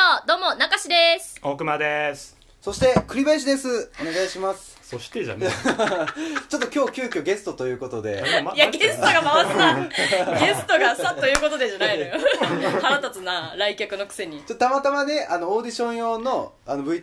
どうも中志です。 大熊です。 そして栗林です。お願いします。 そしてじゃねえちょっと今日急遽ゲストということでいやゲストが回すなゲストがさということでじゃないのよ腹立つな、来客のくせに。 たまたまね、オーディション用の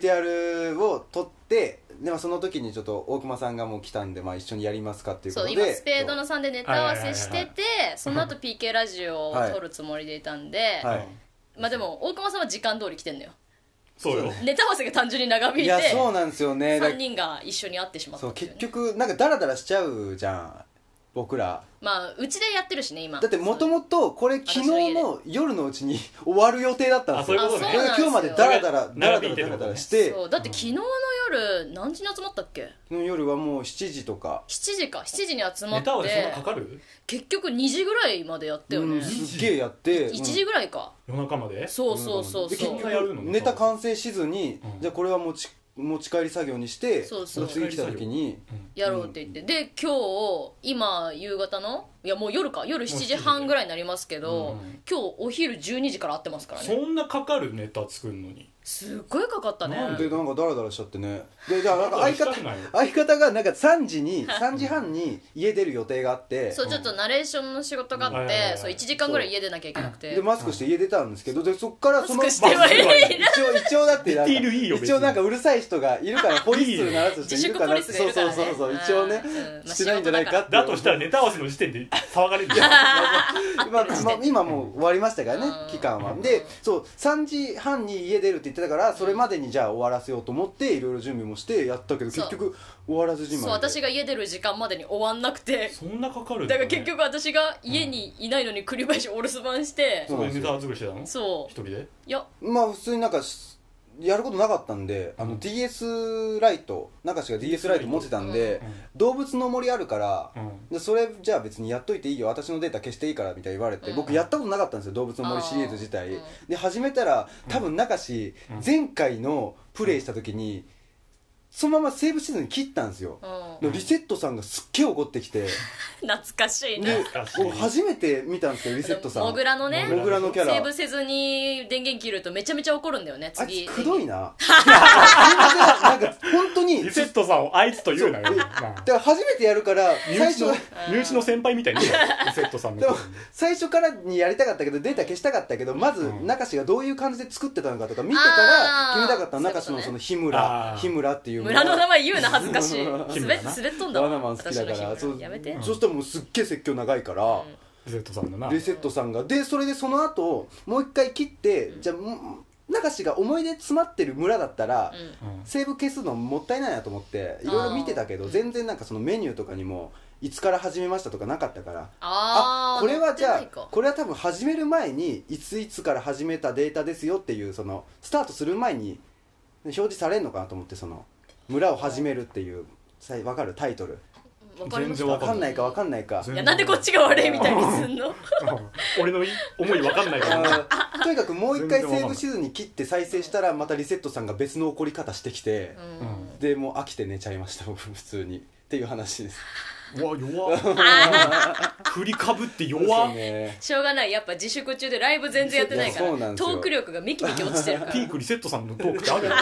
VTR を撮ってで、その時にちょっと大熊さんがもう来たんで、一緒にやりますかっていうことで、 そう今スペードの3でネタ合わせしてて、その後 PK ラジオを撮るつもりでいたんで、でも大熊さんは時間通り来てんのよ。 そうよ、 ネタ合わせが単純に長引いて、 いやそうなんですよね、 3人が一緒に会ってしまったそうっていうね。 結局なんかダラダラしちゃうじゃん僕ら。 うちでやってるしね今。 だってもともとこれ昨日の夜のうちに終わる予定だったんですよ。 あ、そういうことね。 それが今日までダラダラしてそうだって昨日の夜何時に集まったっけ。 の夜はもう7時とか 7時か、7時に集まって、 ネタ合わせそんなかかる？ 結局2時ぐらいまでやったよね。 すげえやって 1時ぐらいか、 夜中まで。 そうそうそうでそう。 結局ネタ完成しずに、じゃあこれは持ち帰り作業にして、 そうそう次来た時にやろうって言って、で今日今夕方のいやもう夜か、夜7時半ぐらいになりますけど、今日お昼12時から会ってますからね。 そんなかかるネタ作るのに。 すっごいかかったね。 でなんかダラダラしちゃってね。でじゃあなんか相方がなんか3時半に家出る予定があって、 そうちょっとナレーションの仕事があって、そう1時間ぐらい家出なきゃいけなくて、 でマスクして家出たんですけど、でそっからそのマスクしてはいいな一応だってなんか一応なんかうるさい人がいるからポリス鳴らす人いるから、 自粛ポリスがいるからね。 そう一応ねしてないんじゃないかって。 だとしたらネタ合わせの時点で騒がれるじゃん。 今もう終わりましたからね期間は。でそう3時半に家出るって言ってたから、それまでにじゃあ終わらせようと思っていろいろ準備もしてやったけど、結局終わらずじまいで。 そう私が家出る時間までに終わんなくて、 そんなかかるんだから結局私が家にいないのに栗林お留守番して、 そこでネタ作りしてたの？ そう一人で。 いや普通になんかやることなかったんで、DS ライト、中志が DS ライト持ってたんで、動物の森あるから、でそれじゃあ別にやっといていいよ、私のデータ消していいからみたいに言われて、僕やったことなかったんですよ動物の森シリーズ自体。で始めたら多分中志、前回のプレイした時にそのままセーブシーズンに切ったんですよ。リセットさんがすっげえ怒ってきて懐かしいね。 初めて見たんですけどリセットさん、 モグラのね、 モグラのキャラセーブせずに電源切るとめちゃめちゃ怒るんだよね。次あいつくどいななんか本当にリセットさんをあいつと言うなよ。 だから初めてやるから身内の先輩みたいに言うよリセットさんの。 最初からにやりたかったけどデータ消したかったけど、まず中志がどういう感じで作ってたのかとか見てから決めたかったの。中志のその日村っていう村の名前言うな恥ずかしい。滑っ飛んだわ。 バナナマン好きだから、 やめて。 そしたらもうすっげえ説教長いから、 リセットさんだな。 リセットさんがで、それでその後もう一回切って、じゃあ中志が思い出詰まってる村だったら、セーブ消すのもったいないなと思っていろいろ見てたけど、全然なんかそのメニューとかにもいつから始めましたとかなかったから、これはじゃあこれは多分始める前にいついつから始めたデータですよっていう、そのスタートする前に表示されるのかなと思って、その村を始めるっていう分かるタイトル。 全然分かんないか。 いやなんでこっちが悪いみたいにすんの俺の思い分かんないからとにかくもう一回セーブシーズンに切って再生したらまたリセットさんが別の怒り方してきて、でもう飽きて寝ちゃいました僕普通にっていう話です。 うわ弱っ振りかぶって弱っ、 しょうがない、やっぱ自粛中でライブ全然やってないからトーク力がメキメキ落ちてるからピークリセットさんのトークってある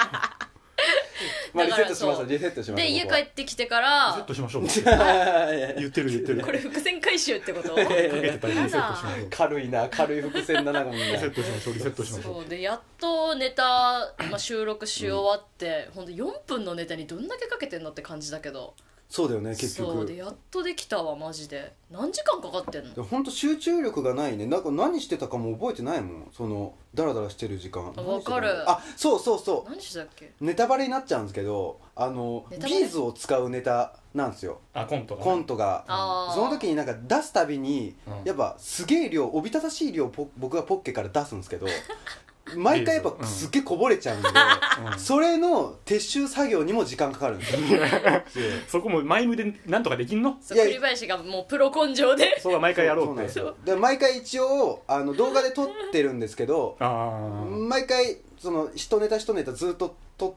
リセットしましたで家帰ってきてからリセットしましょう言ってるこれ伏線回収ってこと軽い伏線だなみんな。 リセットしましょうそうでやっとネタ、収録し終わって、ほんと4分のネタにどんだけかけてんのって感じだけど、 そうだよね結局。 そうでやっとできたわマジで。何時間かかってんの？ 本当集中力がないね。なんか何してたかも覚えてないもん、そのダラダラしてる時間。 わかる。 そう何してたっけ。 ネタバレになっちゃうんですけど、ビーズを使うネタなんですよ。 コントがその時になんか出すたびに、やっぱすげえ量、おびただしい量僕がポッケから出すんですけど毎回やっぱすっげえこぼれちゃうんで、それの撤収作業にも時間かかるんですよそこもマイムでなんとかできんの？ 栗林がもうプロ根性でそう毎回やろうって。 で毎回一応動画で撮ってるんですけど毎回その一ネタずっと撮って、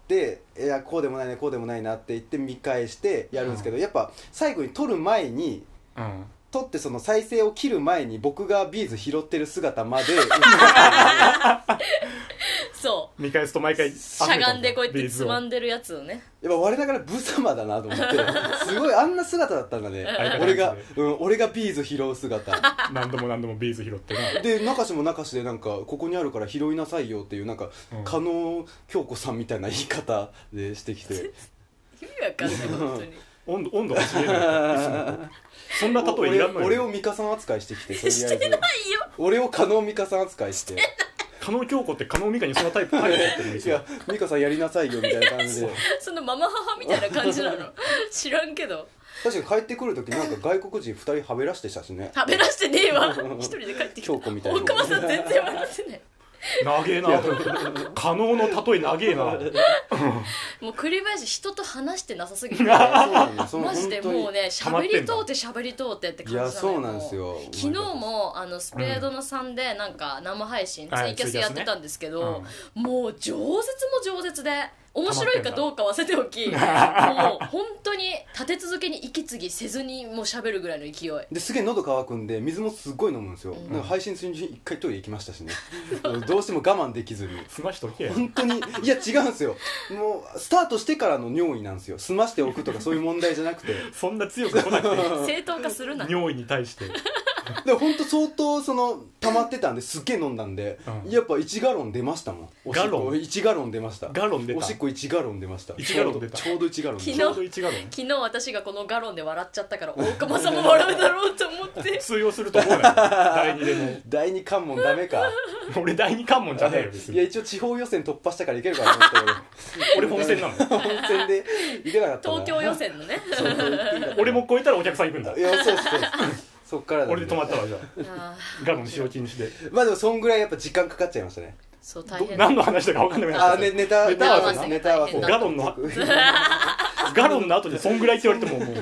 いやこうでもないなって言って見返してやるんですけど、やっぱ最後に撮る前に撮ってその再生を切る前に僕がビーズ拾ってる姿までそう見返すと毎回しゃがんでこうやってつまんでるやつをねやっぱ我ながら無様だなと思ってすごいあんな姿だったんだね俺がビーズ拾う姿何度も何度もビーズ拾ってなで中志も中志でなんかここにあるから拾いなさいよっていうなんか、加納京子さんみたいな言い方でしてきて意味わかんない本当に温度が違えないそんな例えいらんのよ俺を美香さん扱いしてきてとりあえずしてないよ俺を加納美香さん扱いして加納京子って加納美香にそんなタイプ入ってるんですよいや美香さんやりなさいよみたいな感じでそのママ母みたいな感じなの知らんけど確かに帰ってくる時なんか外国人2人はべらしてしたしね食べらしてねえわ一人で帰ってきた京子みたいな大熊さん全然笑ってない長えな加納の例え長えなもう栗林人と話してなさすぎてそうなんだマジでもうね喋りとうて喋りとうてって感じなのよ。 いやそうなんですよ昨日もスペードの3でなんか生配信、ツイキャスやってたんですけど、もう饒舌も饒舌で面白いかどうか忘れておきもう本当に立て続けに息継ぎせずにもう喋るぐらいの勢いですげえ喉乾くんで水もすっごい飲むんですよ、なんか配信するに1回トイレ行きましたしねどうしても我慢できずに済ましとけ本当にいや違うんですよもうスタートしてからの尿意なんですよ済ましておくとかそういう問題じゃなくてそんな強く来なくて正当化するな尿意に対してで本当相当その溜まってたんですっげえ飲んだんで、やっぱ1ガロン出ましたもんガロン 1ガロン出ましたガロン出たおしっこ1ガロン出ました 1ガロン出たちょうど1ガロン昨日ちょうど1ガロン昨日私がこのガロンで笑っちゃったから大熊さんも笑うだろうと思って通用すると思うなよ第2でも第2関門ダメか俺第2関門じゃねえよ別にいや一応地方予選突破したからいけるかなと思った俺本戦なのけど本戦でいけなかったな東京予選のねそうそう行っていいんだ俺も超えたらお客さん行くんだいやそうですそっからだ俺で止まったわじゃあガロン使用禁止でまあでもそんぐらいやっぱ時間かかっちゃいましたねそう大変何の話だか分かんなくなっちゃったネタネタ合わせネタ合わせガロンのガロンの後でそんぐらいって言われてももうそう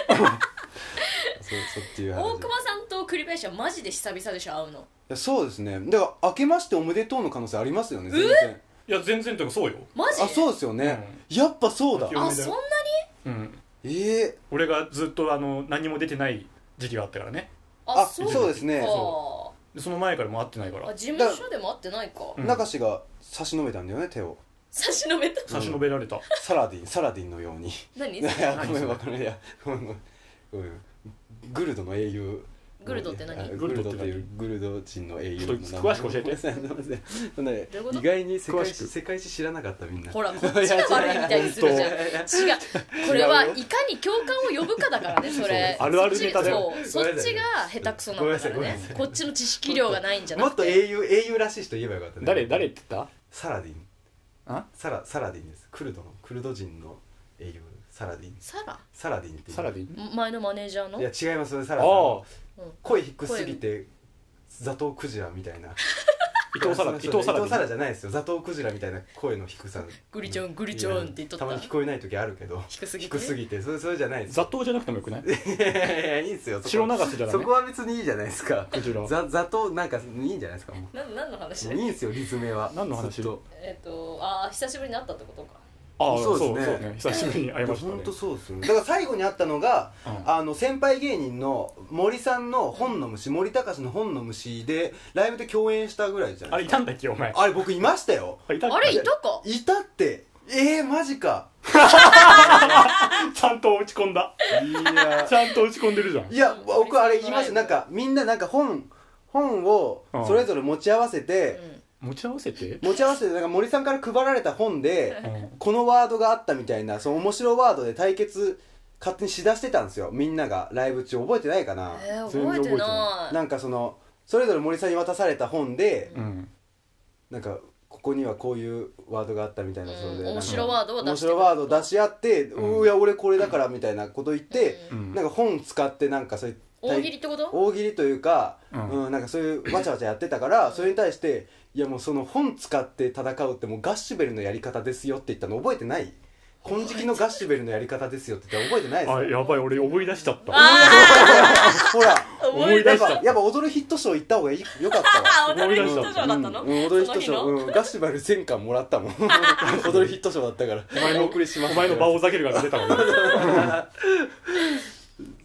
っていう話大熊さんと栗林はマジで久々でしょ会うのいやそうですねだから明けましておめでとうの可能性ありますよね全然いや全然というかそうよマジあそうですよね、やっぱそうだあそんなうん俺がずっと何も出てない時期があったからねあそうですねその前からも会ってないから事務所でも会ってないか中志が差し伸べたんだよね手を差し伸べた差し伸べられたサラディンのように何いやごめん分からないいやごめんグルドの英雄グルドって何グルドっていうグルド人の英雄の名前詳しく教えて意外に世界史知らなかったみんなほらこっちが悪いみたいにするじゃん違うこれはいかに共感を呼ぶかだからねそれあるあるネタだよそっちが下手くそなんだからねこっちの知識量がないんじゃなくてもっと英雄らしい人言えばよかったね誰って言ったサラディンサラディンですクルド人の英雄サラディンサラディンってサラディン前のマネージャーのいや違いますサラさん声低すぎてザトウクジラみたいな伊藤サラじゃないですよザトウクジラみたいな声の低さグリチョングリチョンって言っとったたまに聞こえない時あるけど低すぎてそれじゃないですザトウじゃなくてもよくないいやいいんですよ白長瀬じゃないそこは別にいいじゃないですかザトウなんかいいんじゃないですかもう何の話いいんですよリズムは何の話久しぶりに会ったってことかそうですね久しぶりに会いましたね本当そうですよねだから最後に会ったのが先輩芸人の森さんの本の虫森高の本の虫でライブで共演したぐらいじゃないですかあれいたんだっけお前あれ僕いましたよあれいたかいたってマジかちゃんと打ち込んだいやちゃんと打ち込んでるじゃんいや僕あれ言いましたなんかみんななんか本をそれぞれ持ち合わせて持ち合わせてなんか森さんから配られた本でこのワードがあったみたいなその面白ワードで対決勝手にしだしてたんですよみんながライブ中覚えてないかな覚えてないなんかそれぞれ森さんに渡された本でなんかここにはこういうワードがあったみたいな面白ワードを出し合っていや俺これだからみたいなこと言ってなんか本使ってなんかそういう大喜利ってこと大喜利というかなんかそういうわちゃわちゃやってたからそれに対していやもうその本使って戦うってもうガッシュベルのやり方ですよって言ったの覚えてない金色のガッシュベルのやり方ですよって言ったら覚えてないですかあやばい俺思い出しちゃったほら思い出したやっぱ踊るヒット賞行った方がよかったわ踊るヒット賞だったの踊るヒット賞ガッシュベル全巻もらったもん踊るヒット賞だったからお前のお前の場をざけるが出たもんね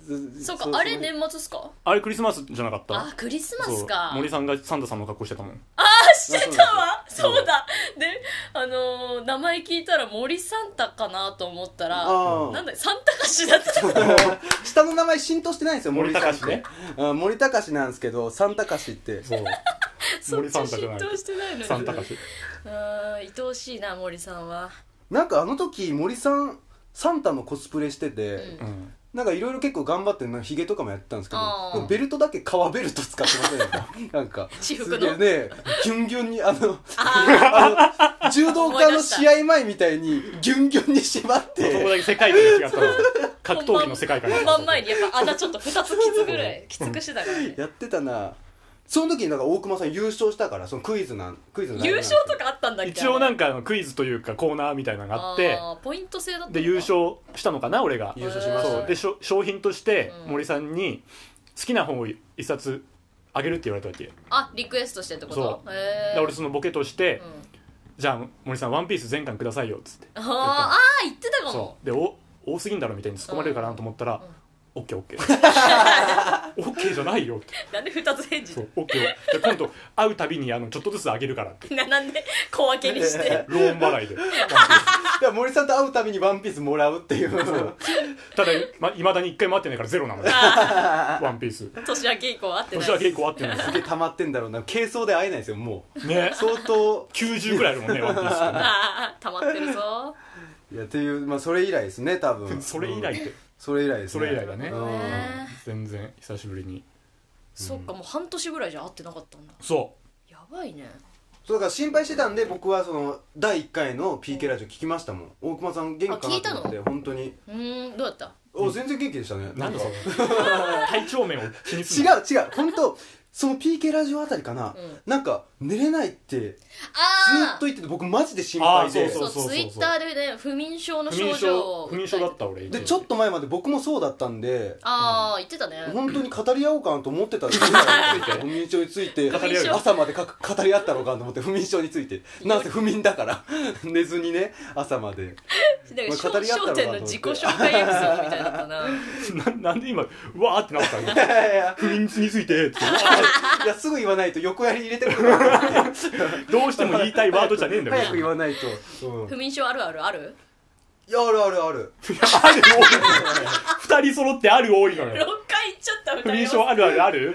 そうか、あれ年末っすか？ あれクリスマスじゃなかった？ あ、クリスマスか。 森さんがサンタさんの格好してたもん。 してたわ。そうだ。で、名前聞いたら森サンタかなと思ったら、なんだ、サンタカシだった。 下の名前浸透してないんですよ、 森高しね。 森高しなんですけど、サンタカシって。 そう。森サンタじゃない。 浸透してないのに。 サンタカシ。 愛おしいな、森さんは。 なんかあの時、森さん、サンタのコスプレしてて、なんかいろいろ結構頑張ってヒゲとかもやってたんですけど、ベルトだけ革ベルト使ってませんか？なんか私服のね、ギュンギュンに柔道家の試合前みたいにギュンギュンに縛って、 そこだけ世界観が違ったの。格闘技の世界観が本番前にやっぱ穴ちょっと2つきつぐらいきつくしてたからね。 やってたな。その時になんか大熊さん優勝したから、そのクイズの優勝とかあったんだっけ？ 一応なんかクイズというかコーナーみたいなのがあって、 ポイント制だったのか。 で優勝したのかな、俺が優勝しました。 で商品として森さんに好きな本を一冊あげるって言われたわけ。 リクエストしてってこと？ そうで俺そのボケとして、じゃあ森さんワンピース全巻くださいよっつって言ってたかも。 そうで多すぎんだろみたいに突っ込まれるかなと思ったら、オッケーオッケーオッケーじゃないよって。 なんで2つ返事？ そうオッケーで今度会うたびにちょっとずつあげるからってなんで小分けにしてローン払いで森さんと会うたびにワンピースもらうっていうただいまだに1回も会ってないからゼロなのよワンピース年明け以降会ってない。 年明け以降会ってないすげえ溜まってんだろうな。軽装で会えないですよもうね。 相当 90ぐらいあるもんねワンピースってね溜まってるぞ。 いやっていうそれ以来ですね多分それ以来ってそれ以来ですね。 それ以来だね。全然久しぶりに。 そっか、もう半年ぐらいじゃ会ってなかったんだ。 そうやばいね。 そうだから心配してたんで、僕はその第1回の PK ラジオ聞きましたもん。大熊さん元気かなと思って。本当にどうだった？ 全然元気でしたね。 なんだそれ体調面を気にする。 違う本当その PK ラジオあたりかな、なんか寝れないってずっと言ってて、僕マジで心配で。 そうツイッターでね、不眠症の症状不眠症だった俺で、ちょっと前まで僕もそうだったんで、 言ってたね。 本当に語り合おうかなと思ってたんですよ不眠症について朝まで語り合ったのかと思って。不眠症についてなんせ不眠だから寝ずにね、朝まで語り合ったのかと思って。笑点の自己紹介エピソードみたいだったななんで今うわーってなったの不眠についてっていやすぐ言わないと横やり入れてくるからどうしても言いたいワードじゃねえんだよ早く言わないと、 不眠症あるあるいやあるある多い2人揃ってある多いのよ。 6回言っちゃった。 不眠症ある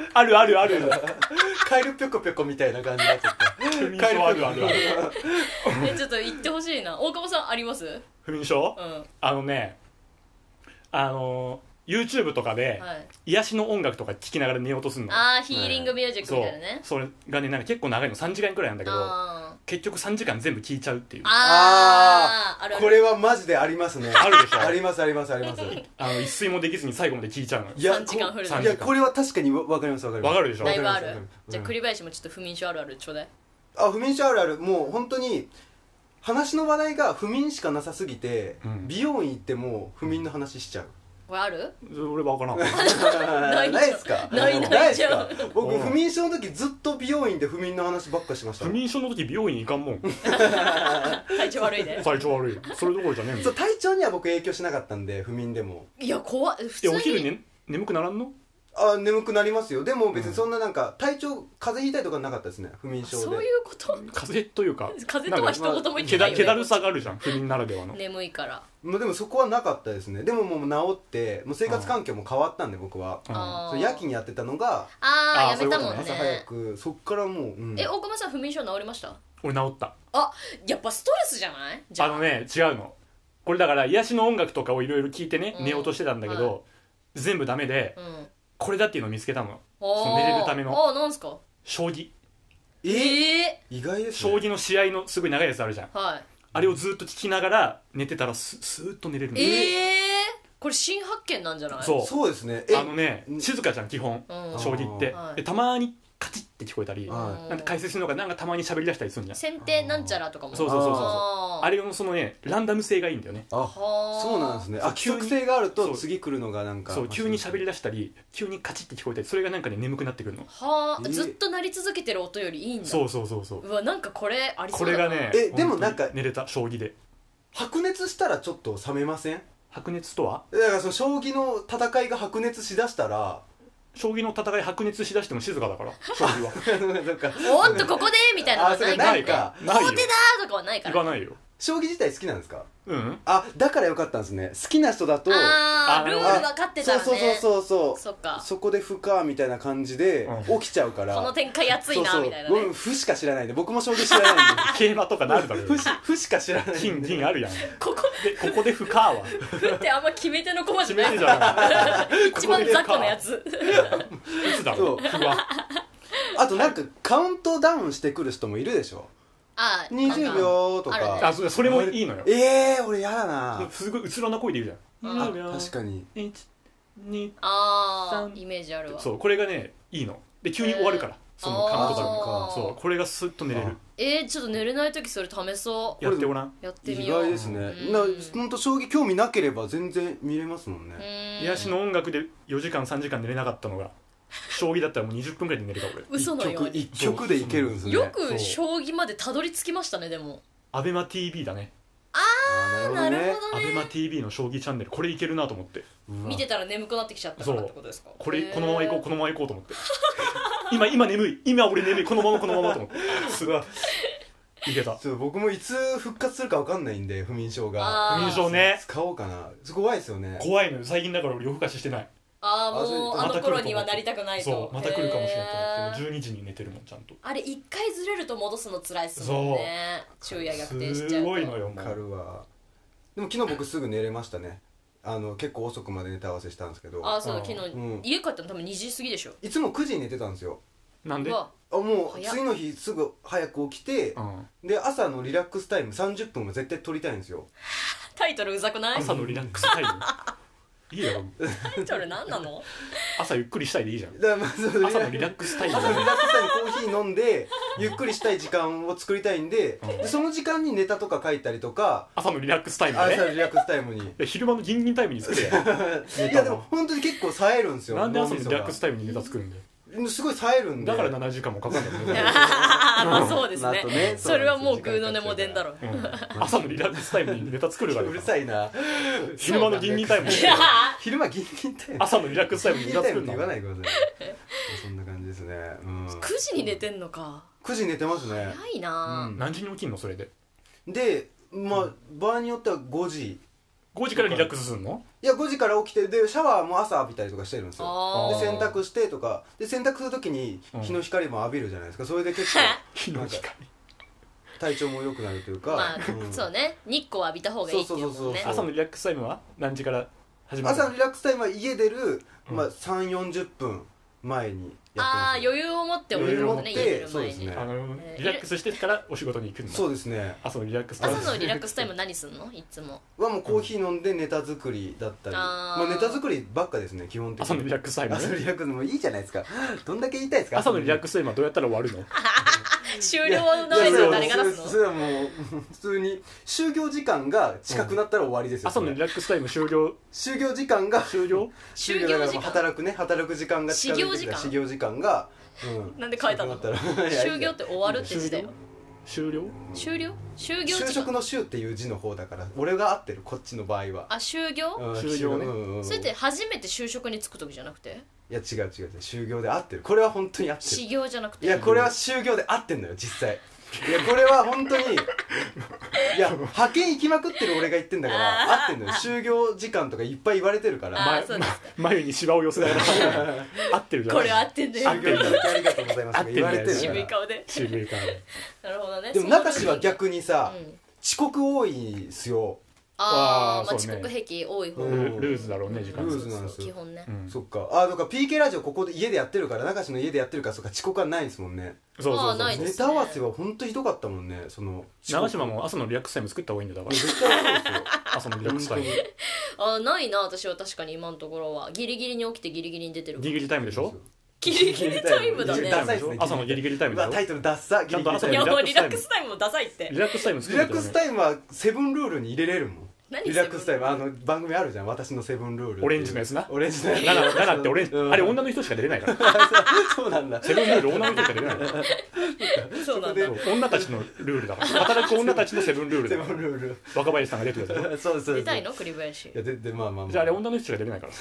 カエルぴょこぴょこみたいな感じになっちゃった不眠症あるちょっと言ってほしいな。大久保さんあります？ 不眠症？YouTube とかで癒しの音楽とか聴きながら寝ようとするの。 ヒーリングミュージックみたいなね。 それがね、なんか結構長いの3時間くらいなんだけど、結局3時間全部聴いちゃうっていう。 これはマジでありますね。 あるでしょ。 あります一睡もできずに最後まで聴いちゃうのよ。 3時間フルで。 いやこれは確かに分かります。 わかるでしょ。 だいぶある。じゃあ栗林もちょっと不眠症あるあるちょうだい。 不眠症あるある。もう本当に話の話題が不眠しかなさすぎて、美容院行っても不眠の話しちゃう。 これある？ 俺分からんないですか？ ないじゃん。 僕不眠症の時ずっと美容院で不眠の話ばっかしました。 不眠症の時美容院行かんもん体調悪いね。 体調悪い。それどころじゃねえもん。 そう、体調には僕影響しなかったんで、不眠でも。 いや怖い。普通にお昼に眠くならんの？ 眠くなりますよ。でも別にそんななんか体調風邪ひいたりとかなかったですね、不眠症で。 そういうこと？ 風邪というか風邪とは一言も言ってないよね。 気だるさがあるじゃん、不眠ならではの。 眠いから。 でもそこはなかったですね。でももう治ってもう生活環境も変わったんで、僕は夜勤やってたのがやめたもんね。 朝早く。そっからもう、 大熊さん不眠症治りました？ 俺治った。 やっぱストレスじゃない？じゃあ違うの。これだから癒しの音楽とかをいろいろ聞いてね、寝ようとしてたんだけど、全部ダメで、これだっていうのを見つけたの。寝れるための。 なんすか？将棋。 意外ですね。 将棋の試合のすごい長いやつあるじゃん。あれをずっと聞きながら寝てたらスーッと寝れるの。 これ新発見なんじゃない？ そうですね。 静かじゃん基本、将棋って。でたまにカチッって聞こえたり、なんか解説するのがなんかたまに喋り出したりするんじゃん。 先手なんちゃらとかも。 そうあれのそのねランダム性がいいんだよね。 そうなんですね。規則性があると次来るのがなんか急に喋り出したり急にカチッって聞こえたり、それがなんかね眠くなってくるの。 ずっと鳴り続けてる音よりいいんだ。 そううわ、なんかこれありそうだな。 これがねでもなんか寝れた将棋で白熱したらちょっと冷めません？ 白熱とはだからその将棋の戦いが白熱しだしたら将棋の戦い白熱しだしても静かだから将棋はそっかおっとここでみたいなのがないからね。 ないかないよ王手だーとかはないから。 行かないよ。 将棋自体好きなんですか？ うんあ、だからよかったんですね。好きな人だとあールール分かってたらね。 そうそっか。 そこで不可みたいな感じで起きちゃうから、 この展開熱いなみたいなね。 歩しか知らないんで、僕も将棋知らないんで競馬とかなるだろうよ歩しか知らないんで金銀あるやんここで不可はふってあんま決め手の駒じゃない決めてじゃない一番雑魚のやつ。 いつだろう不はあとなんかカウントダウンしてくる人もいるでしょ。 あ 20秒とあるねか。 あそれもいいのよ。 俺やだな。 すごいうつろな声で言うじゃん。 あ、 20秒確かに。 1 2 あーイメージあるわ。 そうこれがねいいので急に終わるからそのカウントダウンあーそうこれがスッと寝れる。 ちょっと寝れない時それ試そう。 やってごらん。 やってみ意よう。 外ですね。 うんほんと将棋興味なければ全然見れますもんね。 癒しの音楽で4時間3時間寝れなかったのが将棋だったらもう20分ぐらいで寝れた俺。 嘘のように。 一曲でいけるんですね。 よく将棋までたどり着きましたね。でもアベマ TV だね。 なるほどアベマね。 TV の将棋チャンネルこれいけるなと思って見てたら眠くなってきちゃったからってことですか。 これこのまま行こうこのまま行こうと思って今眠い今俺眠いこのままと思ってすごいいけた。 僕もいつ復活するか分かんないんで、不眠症が。 あー不眠症ね使おうかな。怖いですよね。 怖いのよ最近だから俺夜更かししてない。 ああもうああの頃にはなりたくないと。 そうまた来るかもしれへーないと思って12時に寝てるもんちゃんと。 あれ一回ずれると戻すの辛いっすもんね。昼夜逆転しちゃうと。 すごいのよも分かう。 るわ。でも昨日僕すぐ寝れましたね。結構遅くまでネタ合わせしたんですけど、 ああそうだ昨日、 うん家帰ったの多分2時過ぎでしょ。 いつも9時に寝てたんですよ。 なんでうわもう早っ次の日すぐ早く起きて、で朝のリラックスタイム30分も絶対取りたいんですよ。 タイトルうざくない？ 朝のリラックスタイムいいだろタイトル何なの？ 朝ゆっくりしたいでいいじゃん。 だからまず朝のリラックスタイム朝のリラックスタイムコーヒー飲んでゆっくりしたい時間を作りたいんで、でその時間にネタとか書いたりとか、 朝のリラックスタイム朝ね。 のリラックスタイムにいや昼間のギンギンタイムに作れいやでも本当に結構冴えるんですよ。 なんで朝のリラックスタタイムにネタ作るんだよ。 すごい冴えるんで。 だから7時間もかかるんだよねまあそうですねあとねそれはもうグーの音も出んだろう。 朝のリラックスタイムにネタ作るからうるさいな。 昼間のギンギンタイムに昼間ギンギンタイム朝のリラックスタイムにギンギンタイムってネタ作るんだ言わないでください。そんな感じですね。 9時に寝てんのか。 9時に寝てますね。 早いな、 うん何時に起きんのそれで。 でまあ場合によっては5時、 5時からリラックスするの。 いや5時から起きて、でシャワーも朝浴びたりとかしてるんですよ。 あーで洗濯してとかで、洗濯するときに日の光も浴びるじゃないですか。それで結構日の光。 体調も良くなるというか、 まあ、 うんそうね日光浴びた方がいいっていうもんね。 そうそうそうそう朝のリラックスタイムは何時から始まるの。 朝のリラックスタイムは家出る、まあ、3、40分前にやってます。 ああ余裕を持っておいるのね、 余裕を持って家出る前に。 そうですねリラックスしてからお仕事に行くんだ。 そうですね。 朝のリラックスタイム。 朝のリラックスタイム何すんのいつも。 はもうコーヒー飲んでネタ作りだったり、 あーまあ、ネタ作りばっかですね基本的に。 朝のリラックスタイムね朝のリラックスもいいじゃないですか。どんだけ言いたいですか。 朝のリラックスタイムはどうやったら終わるの。 終了の合図は誰が出すの？ それはもう普通に就業時間が近くなったら終わりですよ。 朝のリラックスタイム終了。 就業時間が終了。 就業だから時間働く時間が近づいてきたら始始業時間が、 なんで変えたの？ 近くなったらいや就業って終わるって字だよ。 終了。 終了？就業時間。 就職の就っていう字の方だから俺が合ってるこっちの場合は。 あ就業？ 就業ねそれって初めて就職に就く時じゃなくて？ いや違う就業で合ってる。これは本当に合ってる。 始業じゃなくて？ いやこれは就業で合ってんのよ実際。いやこれは本当にいや派遣行きまくってる俺が言ってんだから合ってんのよ。就業時間とかいっぱい言われてるからあそうですか眉にシワを寄せながら合ってるじゃん。 これ合ってんだよ。 就業の時ありがとうございますとか言われてる渋から。 い顔で。 渋いから。 なるほどね。 でも中志は逆にさ、 うん遅刻多いっすよ。 あーまあ遅そうね刻癖多い方。 ルーズだろうね時間。 ルーズなんですよ基本ね。 うんそっか。だから PK ラジオここで家でやってるから中志の家でやってるから、そっか遅刻はないですもんね。 そうそうそうあーないですネタ合わせは本当ひどかったもんね。その長島も朝のリラックスタイム作った方がいいんだよだから。 絶対そうですよ。 朝のリラックスタイムあないな私は確かに今のところはギリギリに起きてギリギリに出てる。 ギリギリタイムでしょ。 ギリギリタイムだね。 ダサいっすね。 朝のギリギリタイムだろうわタイトルダッサ。 ちゃんと朝いのやもうリラックスタイムもダサいって。 リラックスタイム作リラックるんだよね。 スタイムはセブンルールに入れれるもん。 リラックスタイム番組あるじゃん、私のセブンルール。 オレンジのやつな。 オレンジのやつ。 7ってオレンジ、あれ女の人しか出れないからそうなんだ。 セブンルール女の人しか出れないそうなんだ。 女たちのルールだから、働く女たちのセブンルールだから。 セブンルール。 若林さんが出てるやつ。 そうです。 出たいの栗林。 いやでまあまあ。 じゃああれ女の人しか出れないから。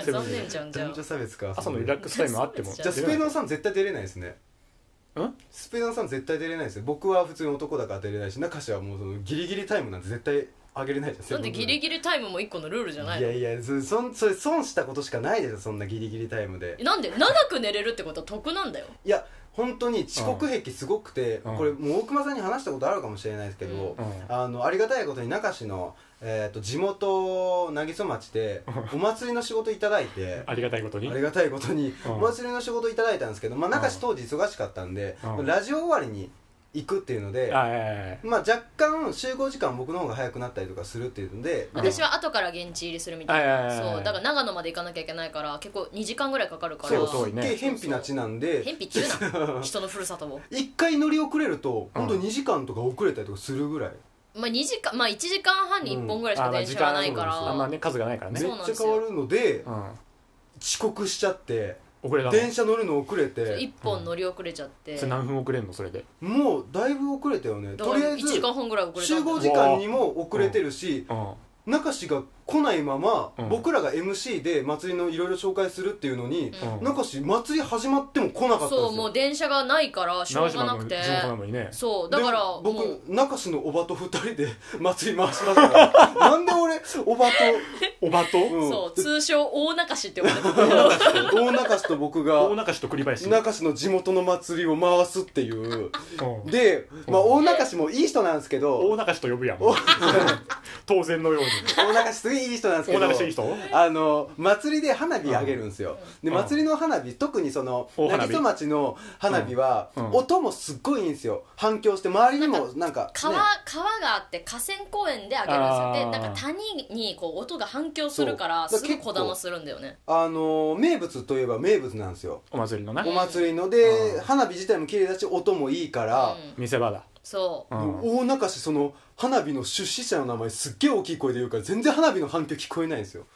残念じゃんじゃ男女差別か。 朝のリラックスタイムあっても。 じゃあスペノンさん絶対出れないですね。スペノンさん絶対出れないですよ。僕は普通に男だから出れないし、中志はもうそのギリギリタイムなんて絶対あげれないじゃん。 なんでギリギリタイムも一個のルールじゃないの？ いやそれ損したことしかないですよ、そんなギリギリタイムで。 なんで長く寝れるってことは得なんだよ。 いや本当に遅刻癖すごくて、これもう大熊さんに話したことあるかもしれないですけど、ありがたいことに中志の地元渚磯町でお祭りの仕事いただいてありがたいことにお祭りの仕事いただいたんですけど、中志当時忙しかったんで、ラジオ終わりに行くっていうので、まあ若干集合時間僕の方が早くなったりとかするっていうので、 私は後から現地入りするみたいな。そうだから長野まで行かなきゃいけないから結構2時間ぐらいかかるから。 そうすっげえ偏僻な地なんで、 偏僻っていうな人のふるさとを 1回乗り遅れると本当2時間とか遅れたりとかするぐらい。 まあ2時間、まあ1時間半に1本ぐらいしか電車がないから、 あんまね数がないからね。 めっちゃ変わるので、遅刻しちゃって電車乗るの遅れて 1本乗り遅れちゃって。 それ何分遅れんの？それでもうだいぶ遅れたよね。とりあえず 1時間半ぐらい遅れた。 集合時間にも遅れてるし、中志が来ないまま、僕らが MC で祭りのいろいろ紹介するっていうのに、中志祭り始まっても来なかったんですよ。 そう、もう電車がないからしょうがなくて、そうだから僕中志のおばと2人で祭り回しましたからなんで俺おばと、 そう通称大中志って呼ばれてた大中志と僕が大中志と栗林中志の地元の祭りを回すっていうで、まあ大中志もいい人なんですけど、 大中志と呼ぶやん当然のように大中志すごいいい人なんですけど、 大中志いい人？ 祭りで花火あげるんですよ。で祭りの花火、特にその渚磯町の花火は音もすっごいいいんですよ。反響して周りにもなんか川があって河川公園であげるんですよ。でなんか谷にこう音が反響するからすごいこだまするんだよね。 名物といえば名物なんですよ、 お祭りのね。 お祭りので花火自体も綺麗だし音もいいから見せ場だ。 そう大中市その花火の出資者の名前すっげえ大きい声で言うから全然花火の反響聞こえないんですよ。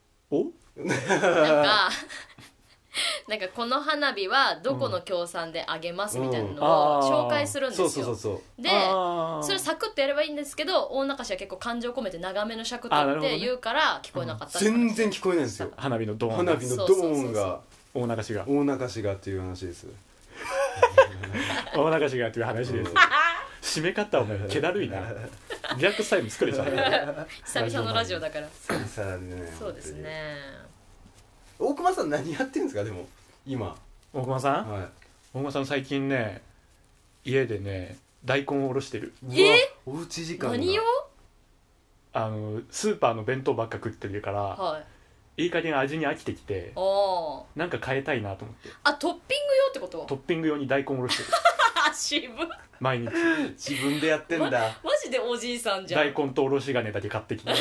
なんかこの花火はどこの協賛であげますみたいなのを紹介するんですよ。でそれサクッとやればいいんですけど、大中市は結構感情込めて長めの尺取って言うから聞こえなかった。 全然聞こえないんですよ、 花火のドーンが大中市がっていう話です。 大中市がっていう話です締め方お前気だるいな。リラックスタイム作れちゃう久々のラジオだから久々でね。 そうですね。 大熊さん何やってるんですかでも今。 大熊さん、大熊さん最近ね家でね大根をおろしてる。 おうち時間何をスーパーの弁当ばっか食ってるから、いい加減味に飽きてきてなんか変えたいなと思って。 トッピング用ってこと？ トッピング用に大根おろしてる渋毎日自分でやってんだ、 マジでおじいさんじゃん。 大根とおろし金だけ買ってきて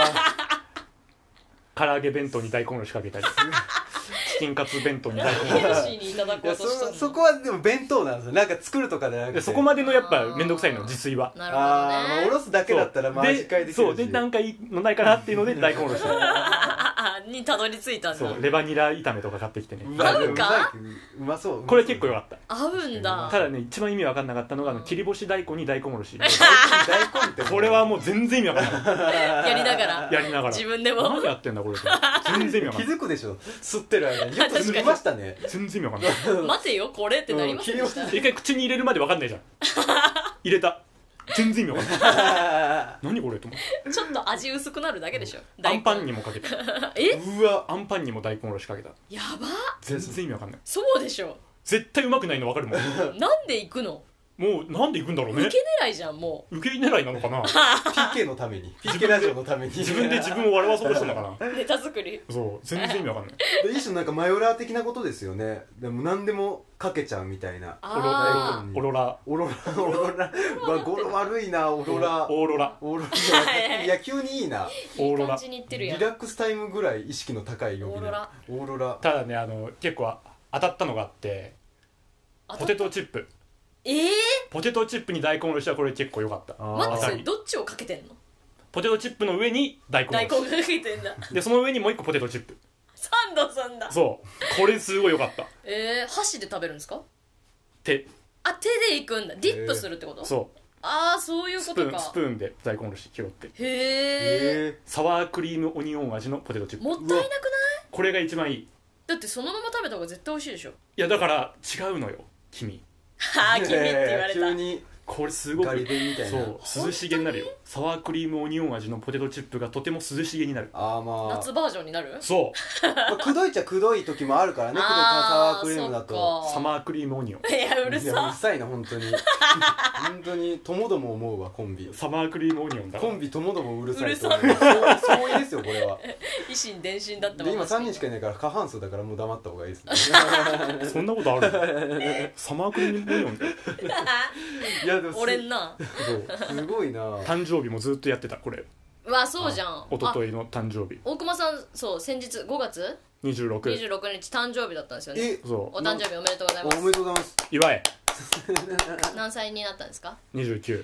唐揚げ弁当に大根おろしかけたりチキンカツ弁当に大根おろしヘルシーにいただこうとしたの。 そこはでも弁当なんですよ。なんか作るとかでなくてそこまでのやっぱ面倒くさいの自炊は。 なるほどね。 おろすだけだったら回し替えできるし、 そうでなんかいいのないかなっていうので大根おろしにたどり着いたんだ。 そうレバニラ炒めとか買ってきてね。 合うか？ うまそう。 これ結構良かった。 合うんだ。 ただね一番意味わかんなかったのが切り干し大根に大根おろし。 大根ってこれはもう全然意味わかんなかった。 やりながら自分でも何やってんだこれ全然意味わかんない。 気づくでしょ吸ってる間に。よく吸いましたね。 全然意味わかんない待てよこれってなりませんでした？ 一回口に入れるまでわかんないじゃん入れた全然意味わかんない何これと思ってちょっと味薄くなるだけでしょ。 アンパンにもかけたうわアンパンにも大根おろしかけた。 やば全然意味わかんない。 そうでしょ。 絶対うまくないのわかるもんなんで行くの？ もうなんで行くんだろうね。 受け狙いじゃん。もう受け狙いなのかな PK のために PK ラジオのために自分で自分を笑わそうとしたのかなネタ作り。 そう全然意味わかんない一種なんかマヨラー的なことですよね。でも何でもかけちゃうみたいな。 オロラ語呂悪いな。オーロラいや急にいいな。 いい感じにいってるやん。 リラックスタイムぐらい意識の高い呼び名。オーロラ。 ただね結構当たったのがあって、ポテトチップ。ポテトチップに大根おろしはこれ結構良かった。 待ってそれどっちをかけてんの？ ポテトチップの上に大根大おろし根がかけてんだ。 でその上にもう一個ポテトチップ。 サンドさんだ。 そうこれすごいよかった。 箸で食べるんですか？ 手手でいくんだ。ディップするってこと？ そうそういうことか。 スプーンで大根おろし拾って。 へえ。 サワークリームオニオン味のポテトチップ。 もったいなくない？ これが一番いい。 だってそのまま食べた方が絶対美味しいでしょ。 いやだから違うのよ君。 君って言われた。 急にこれすごくガリ弁みたいな。 そう涼しげになるよ。サワークリームオニオン味のポテトチップがとても涼しげになる。 夏バージョンになる？ そうくどいっちゃくどい時もあるからね、サワークリームだと。 サマークリームオニオン。 いやうるさ。 うるさいな本当に本当にともども思うわコンビ。 サマークリームオニオンだからコンビともどもうるさいとうる思う。そういいですよこれは。 維新伝心だったで今3人しかいないから過半数だからもう黙った方がいいですねそんなことあるサマークリームオニオンでいやでも俺んな。 すごいな。 誕生日もずっとやってたこれ。 そうじゃん。 一昨日の誕生日。 大熊さんそう先日5月 26 26日誕生日だったんですよね。 そうお誕生日おめでとうございます。 おめでとうございます。 祝え。 何歳になったんですか 29。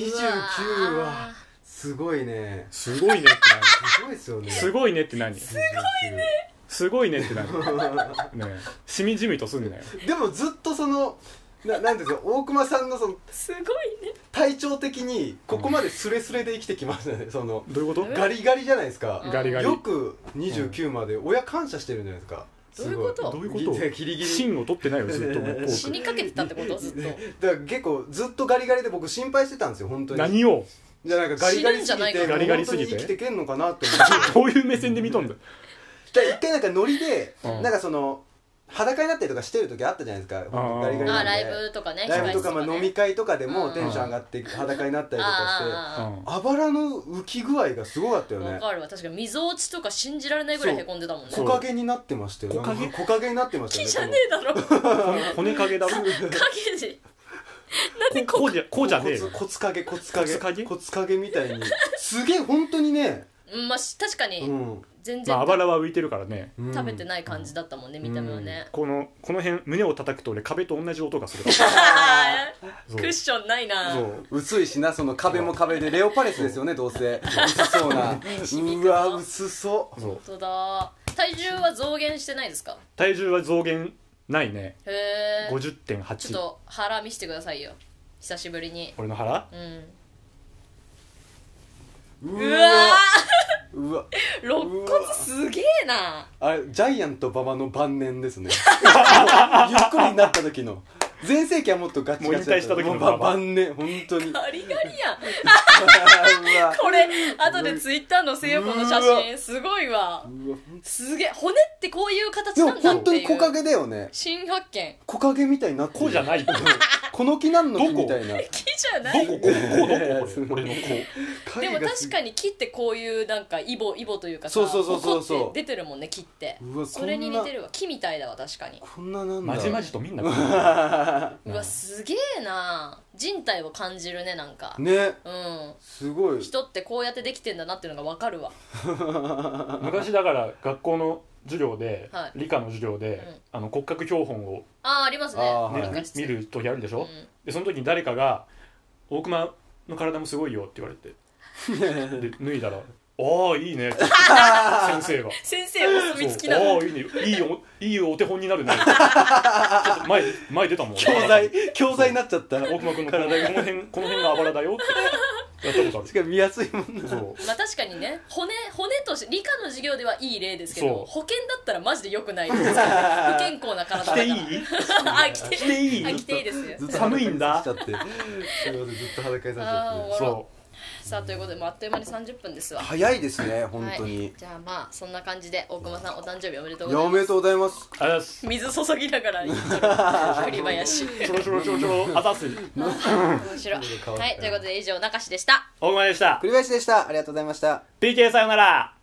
29はすごいね。 すごいねってすごいですよね。 すごいねって何？ すごいね。 すごいねって何？ねしみじみとすんなよ。 でもずっとそのなんですか大熊さんのそのすごいね。 体調的にここまでスレスレで生きてきましたね。そのどういうこと？ ガリガリじゃないですか。 ガリガリ。 よく29まで親感謝してるんじゃないですか。 どういうこと？ どういうこと？ ギリギリ芯を取ってないよずっと。 死にかけてたってことずっと。 だから結構ずっとガリガリで僕心配してたんですよ本当に。 何を？ じゃあなんかガリガリすぎてガリガリすぎて本当に生きてけんのかなって思って。 どういう目線で見とんだ。 一回なんかノリでなんかその裸になったりとかしてる時あったじゃないですか。ガリガリなんでライブとかね。 ライブとか飲み会とかでもテンション上がって裸になったりとかしてあばらの浮き具合がすごかったよね。 わかるわ。確かに溝落ちとか信じられないぐらいへこんでたもんね。 木陰になってましたよ。木陰になってましたよね。 木じゃねえだろ。 骨影だろ。 影でなんでこうじゃねえよ。 骨影みたいにすげえ本当にね。 確かに全然あばらは浮いてるからね。 食べてない感じだったもんね見た目はね。 この辺胸を叩くと俺壁と同じ音がする。 クッションないな。 薄いしな。その壁も壁でレオパレスですよねどうせ。薄そうな。うわ薄そう。 本当だ。体重は増減してないですか？ 体重は増減ないね。 へえ。 50.8。 ちょっと腹見せてくださいよ久しぶりに。 俺の腹？ うわうわ肋骨すげえな。 あれジャイアント馬場の晩年ですねゆっくりになった時の。全盛期はもっとガチガチだった。 もう引退した時の晩年本当にガリガリやんこれ後でツイッター載せようこの写真。すごいわ。すげえ。骨ってこういう形なんだっていう。 でも本当に木陰だよね。 新発見。 木陰みたいになってる。 こうじゃない。 この木なんの木みたいな。 木じゃない。 どこ俺の子。 でも確かに木ってこういうなんかイボというかさ、 そうポコって出てるもんね木って。それに似てるわ。木みたいだわ確かに。 こんななんだ。 まじまじとみんな。 うわすげえな。人体を感じるねなんかね。 うんすごい。 人ってこうやってできてんだなっていうのが分かるわ。 昔だから学校の授業で、理科の授業で、骨格標本をありますね。 見る時あるでしょ。でその時に誰かが「大熊の体もすごいよ」って言われてで脱いだら「ああいいね」って先生が先生お墨付きなの。 ああいいね、いいお手本になるねちょっと前出たもん。 教材になっちゃった。 大熊君の体この辺があばらだよってやったことある。 しかも見やすいもんな。 まあ確かにね骨として理科の授業ではいい例ですけど、保険だったらマジで良くないですから不健康な体だから。 着ていい？ 着ていい？着ていいですよ。 寒いんだ。 ずっと裸にさせちゃって。 そうさあということであっという間に30分ですわ。 早いですね本当に。 じゃあまあそんな感じで大熊さんお誕生日おめでとういやございます。 おめでとうございます。 ありがとうございます。 水注ぎながら栗林ちょろあざす。 面白い。はいということで以上中志でした。 大熊でした。 栗林でした。ありがとうございました。 PK さよなら。